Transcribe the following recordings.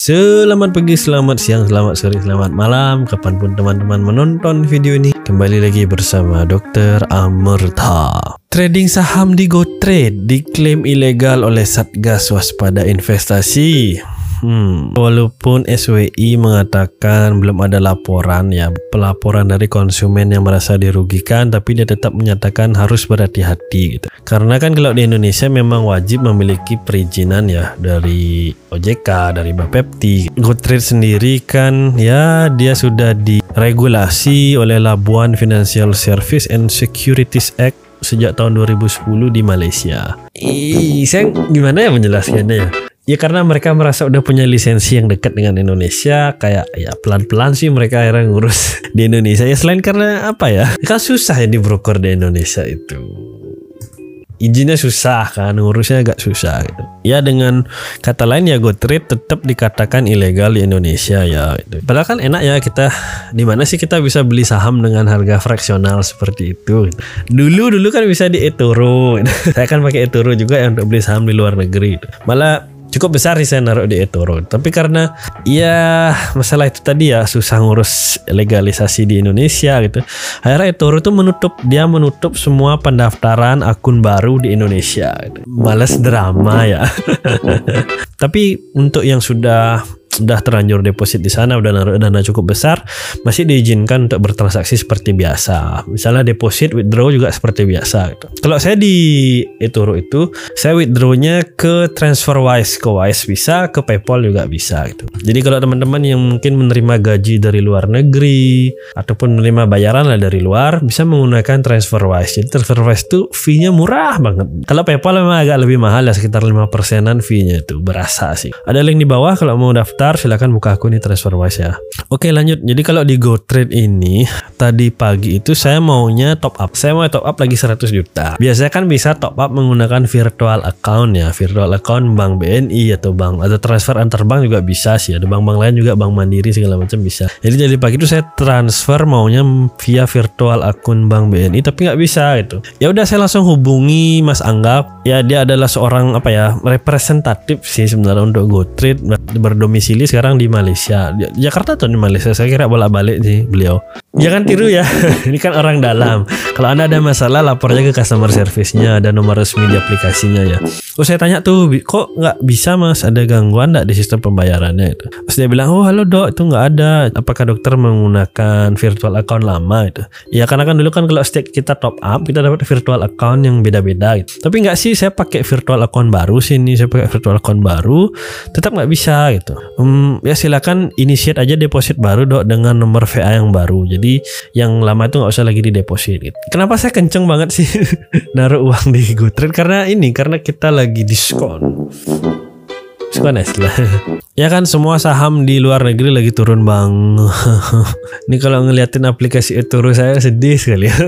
Selamat pagi, selamat siang, selamat sore, selamat malam, kapanpun teman-teman menonton video ini. Kembali lagi bersama Dr. Amerta. Trading saham di GoTrade diklaim ilegal oleh Satgas Waspada Investasi. Walaupun SWI mengatakan belum ada laporan pelaporan dari konsumen yang merasa dirugikan, tapi dia tetap menyatakan harus berhati-hati gitu. Karena kan kalau di Indonesia memang wajib memiliki perizinan dari OJK, dari Bapepti. GoTrade sendiri kan dia sudah diregulasi oleh Labuan Financial Service and Securities Act sejak tahun 2010 di Malaysia. Saya gimana menjelaskannya ya? Ya karena mereka merasa udah punya lisensi yang dekat dengan Indonesia, kayak pelan-pelan sih mereka akhirnya ngurus di Indonesia. Ya selain karena kan susah ya di broker di Indonesia itu. Izinnya susah kan, ngurusnya agak susah gitu. Ya dengan kata lain GoTrade tetap dikatakan ilegal di Indonesia gitu. Padahal kan enak kita di mana sih kita bisa beli saham dengan harga fraksional seperti itu gitu. Dulu kan bisa di eToro gitu. Saya kan pakai eToro juga untuk beli saham di luar negeri gitu. Malah cukup besar sih saya naruh di eToro, tapi karena masalah itu tadi susah ngurus legalisasi di Indonesia gitu. Akhirnya eToro tuh menutup semua pendaftaran akun baru di Indonesia gitu. Males drama Tapi untuk yang sudah terlanjur deposit di sana, udah naruh dana cukup besar, masih diizinkan untuk bertransaksi seperti biasa. Misalnya deposit, withdraw juga seperti biasa gitu. Kalau saya di eToro itu, saya withdrawnya ke TransferWise, ke Wise bisa, ke PayPal juga bisa gitu. Jadi kalau teman-teman yang mungkin menerima gaji dari luar negeri ataupun menerima bayaran dari luar, bisa menggunakan TransferWise. Jadi TransferWise itu fee-nya murah banget. Kalau PayPal memang agak lebih mahal sekitar 5%-an fee-nya itu, berasa sih. Ada link di bawah kalau mau daftar, silakan buka akun di TransferWise ya. Oke lanjut. Jadi kalau di GoTrade ini tadi pagi itu saya maunya top up. Saya mau top up lagi 100 juta. Biasanya kan bisa top up menggunakan virtual account virtual account bank BNI atau transfer antar bank juga bisa sih. Ada bank-bank lain juga, bank Mandiri segala macam bisa. Jadi pagi itu saya transfer maunya via virtual akun bank BNI tapi nggak bisa gitu. Ya udah saya langsung hubungi Mas Anggap. Ya dia adalah seorang representatif sih sebenarnya untuk GoTrade, berdomisili sekarang di Malaysia, Jakarta atau di Malaysia, saya kira bolak-balik sih beliau. Jangan tiru ya, ini kan orang dalam. Kalau Anda ada masalah, lapornya ke customer service-nya, ada nomor resmi di aplikasinya ya. Saya tanya tuh, kok nggak bisa Mas, ada gangguan nggak di sistem pembayarannya itu? Terus dia bilang, oh halo dok, itu nggak ada. Apakah dokter menggunakan virtual account lama itu? Ya karena kan dulu kan kalau setiap kita top up, kita dapat virtual account yang beda-beda gitu. Tapi nggak sih, saya pakai virtual account baru sini, saya pakai virtual account baru, tetap nggak bisa gitu. Ya silakan initiate aja deposit baru dok dengan nomor VA yang baru. Jadi yang lama itu nggak usah lagi di deposit gitu. Kenapa saya kenceng banget sih naruh uang di GoTrade? Karena kita lagi diskon lah. Ya kan semua saham di luar negeri lagi turun bang. Ini kalau ngeliatin aplikasi eToro saya sedih sekali ya.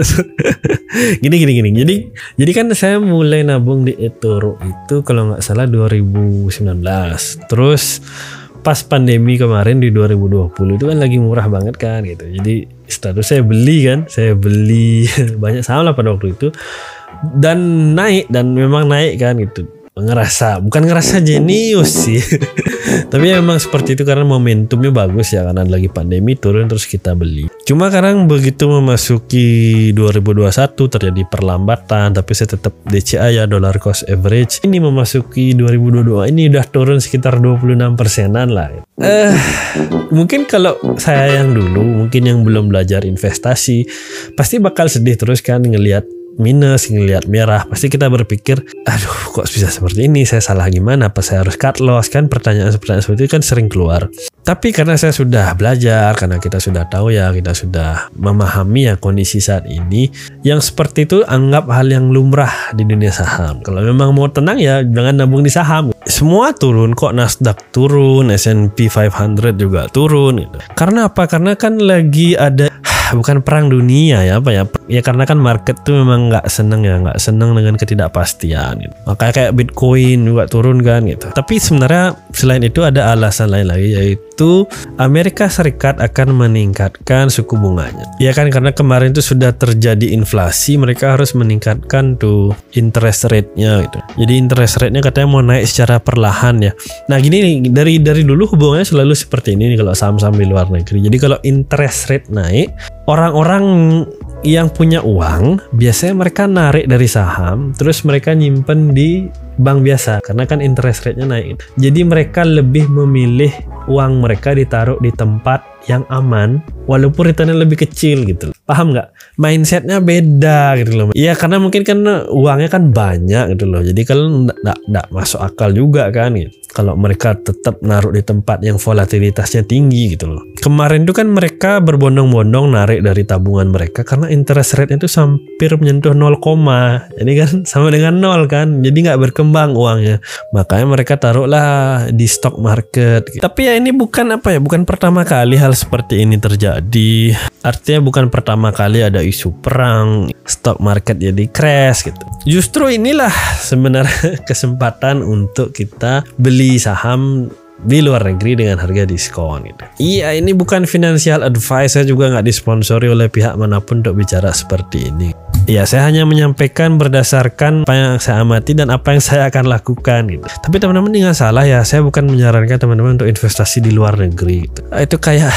Gini. Jadi kan saya mulai nabung di eToro itu kalau nggak salah 2019. Terus pas pandemi kemarin di 2020 itu kan lagi murah banget kan gitu. Jadi status saya beli banyak saham lah pada waktu itu dan memang naik kan gitu. Bukan ngerasa jenius sih. Tapi memang seperti itu karena momentumnya bagus ya, karena lagi pandemi turun terus kita beli. Cuma sekarang begitu memasuki 2021 terjadi perlambatan, tapi saya tetap DCA dollar cost average. Ini memasuki 2022 ini udah turun sekitar 26%-an lah. Mungkin kalau saya yang dulu, mungkin yang belum belajar investasi, pasti bakal sedih terus kan ngelihat minus, ngelihat merah. Pasti kita berpikir, aduh kok bisa seperti ini, saya salah gimana, apa saya harus cut loss, kan pertanyaan seperti itu kan sering keluar. Tapi karena saya sudah belajar, karena kita sudah tahu kita sudah memahami kondisi saat ini, yang seperti itu anggap hal yang lumrah di dunia saham. Kalau memang mau tenang jangan nabung di saham. Semua turun kok, Nasdaq turun, S&P 500 juga turun gitu. Karena apa? Karena kan lagi ada bukan perang dunia ya, apa ya? Ya karena kan market tuh memang nggak seneng dengan ketidakpastian gitu. Makanya kayak Bitcoin juga turun kan gitu. Tapi sebenarnya selain itu ada alasan lain lagi, yaitu Amerika Serikat akan meningkatkan suku bunganya. Ya kan, karena kemarin itu sudah terjadi inflasi, mereka harus meningkatkan tuh interest rate-nya gitu. Jadi interest rate-nya katanya mau naik secara perlahan ya. Nah gini nih, dari dulu hubungannya selalu seperti ini nih kalau saham-saham di luar negeri. Jadi kalau interest rate naik, orang-orang yang punya uang biasanya mereka narik dari saham, terus mereka nyimpen di bank biasa karena kan interest rate-nya naik. Jadi mereka lebih memilih uang mereka ditaruh di tempat yang aman walaupun returnnya lebih kecil gitu. Paham nggak? Mindsetnya beda gitu loh. Iya, karena mungkin kan uangnya kan banyak gitu loh. Jadi kalau nggak masuk akal juga kan gitu. Kalau mereka tetap naruh di tempat yang volatilitasnya tinggi gitu loh. Kemarin itu kan mereka berbondong-bondong narik dari tabungan mereka karena interest rate-nya itu hampir menyentuh 0, jadi kan sama dengan 0 kan. Jadi nggak berkembang uangnya. Makanya mereka taruhlah di stock market gitu. Tapi ya ini bukan bukan pertama kali hal seperti ini terjadi. Artinya bukan pertama kali ada isu perang, stock market jadi crash gitu. Justru inilah sebenarnya kesempatan untuk kita beli saham di luar negeri dengan harga diskon gitu. Iya, ini bukan financial advice, saya juga nggak disponsori oleh pihak manapun untuk bicara seperti ini. Ya, saya hanya menyampaikan berdasarkan apa yang saya amati dan apa yang saya akan lakukan gitu. Tapi teman-teman jangan salah ya, saya bukan menyarankan teman-teman untuk investasi di luar negeri gitu. Itu kayak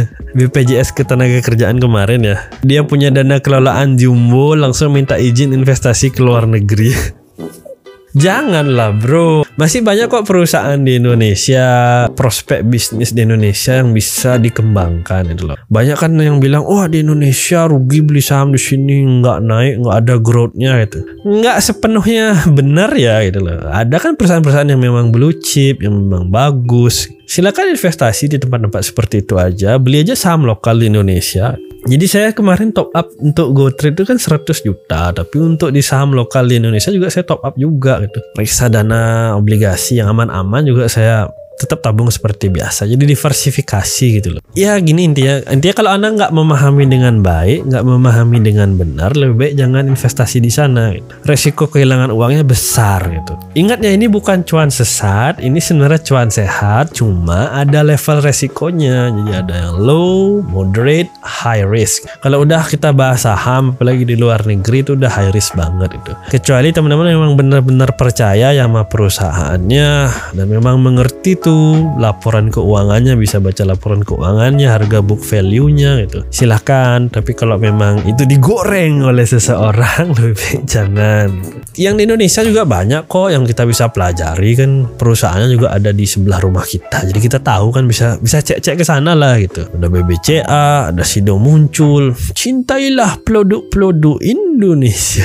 BPJS Ketenagakerjaan kemarin ya. Dia punya dana kelolaan jumbo langsung minta izin investasi ke luar negeri. Janganlah bro, masih banyak kok perusahaan di Indonesia, prospek bisnis di Indonesia yang bisa dikembangkan itu loh. Banyak kan yang bilang, wah di Indonesia rugi beli saham di sini, nggak naik, nggak ada growth-nya gitu. Nggak sepenuhnya benar ya gitu loh. Ada kan perusahaan-perusahaan yang memang blue chip, yang memang bagus. Silakan investasi di tempat-tempat seperti itu aja, beli aja saham lokal di Indonesia. Jadi saya kemarin top up untuk GoTrade itu kan 100 juta, tapi untuk di saham lokal di Indonesia juga saya top up juga gitu. Reksadana obligasi yang aman-aman juga saya tetap tabung seperti biasa. Jadi diversifikasi gitu loh. Ya gini intinya kalau Anda nggak memahami dengan baik, nggak memahami dengan benar, lebih baik jangan investasi di sana gitu. Resiko kehilangan uangnya besar gitu. Ingat ya, ini bukan cuan sesat, ini sebenarnya cuan sehat, cuma ada level resikonya. Jadi ada yang low, moderate, high risk. Kalau udah kita bahas saham apalagi di luar negeri itu udah high risk banget itu. Kecuali teman-teman memang benar-benar percaya sama perusahaannya dan memang mengerti tuh laporan keuangannya, bisa baca laporan keuangannya, harga book value-nya gitu. Silahkan, tapi kalau memang itu digoreng oleh seseorang lebih baik jangan. Yang di Indonesia juga banyak kok yang kita bisa pelajari kan, perusahaannya juga ada di sebelah rumah kita. Jadi kita tahu kan, bisa cek-cek ke sana lah gitu. Ada BBCA, ada Sido Muncul. Cintailah produk-produk Indonesia.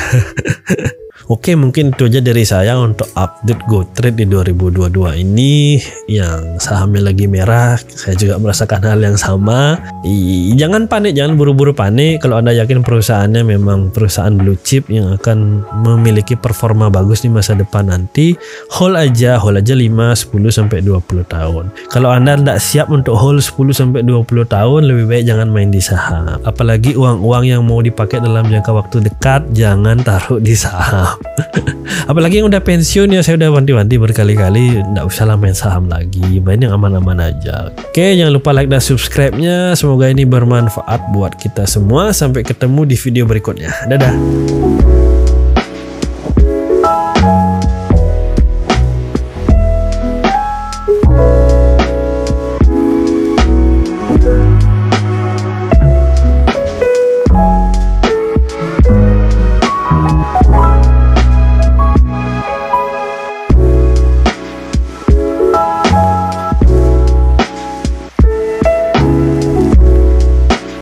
Oke, mungkin itu aja dari saya untuk update GoTrade di 2022 ini yang sahamnya lagi merah. Saya juga merasakan hal yang sama. Jangan panik, jangan buru-buru panik. Kalau Anda yakin perusahaannya memang perusahaan blue chip yang akan memiliki performa bagus di masa depan nanti, hold aja 5, 10 sampai 20 tahun. Kalau Anda tidak siap untuk hold 10 sampai 20 tahun, lebih baik jangan main di saham. Apalagi uang-uang yang mau dipakai dalam jangka waktu dekat, jangan taruh di saham. Apalagi yang udah pensiun ya, saya udah wanti-wanti berkali-kali, nggak usah lah main saham lagi, main yang aman-aman aja. Oke, jangan lupa like dan subscribe-nya. Semoga ini bermanfaat buat kita semua. Sampai ketemu di video berikutnya. Dadah.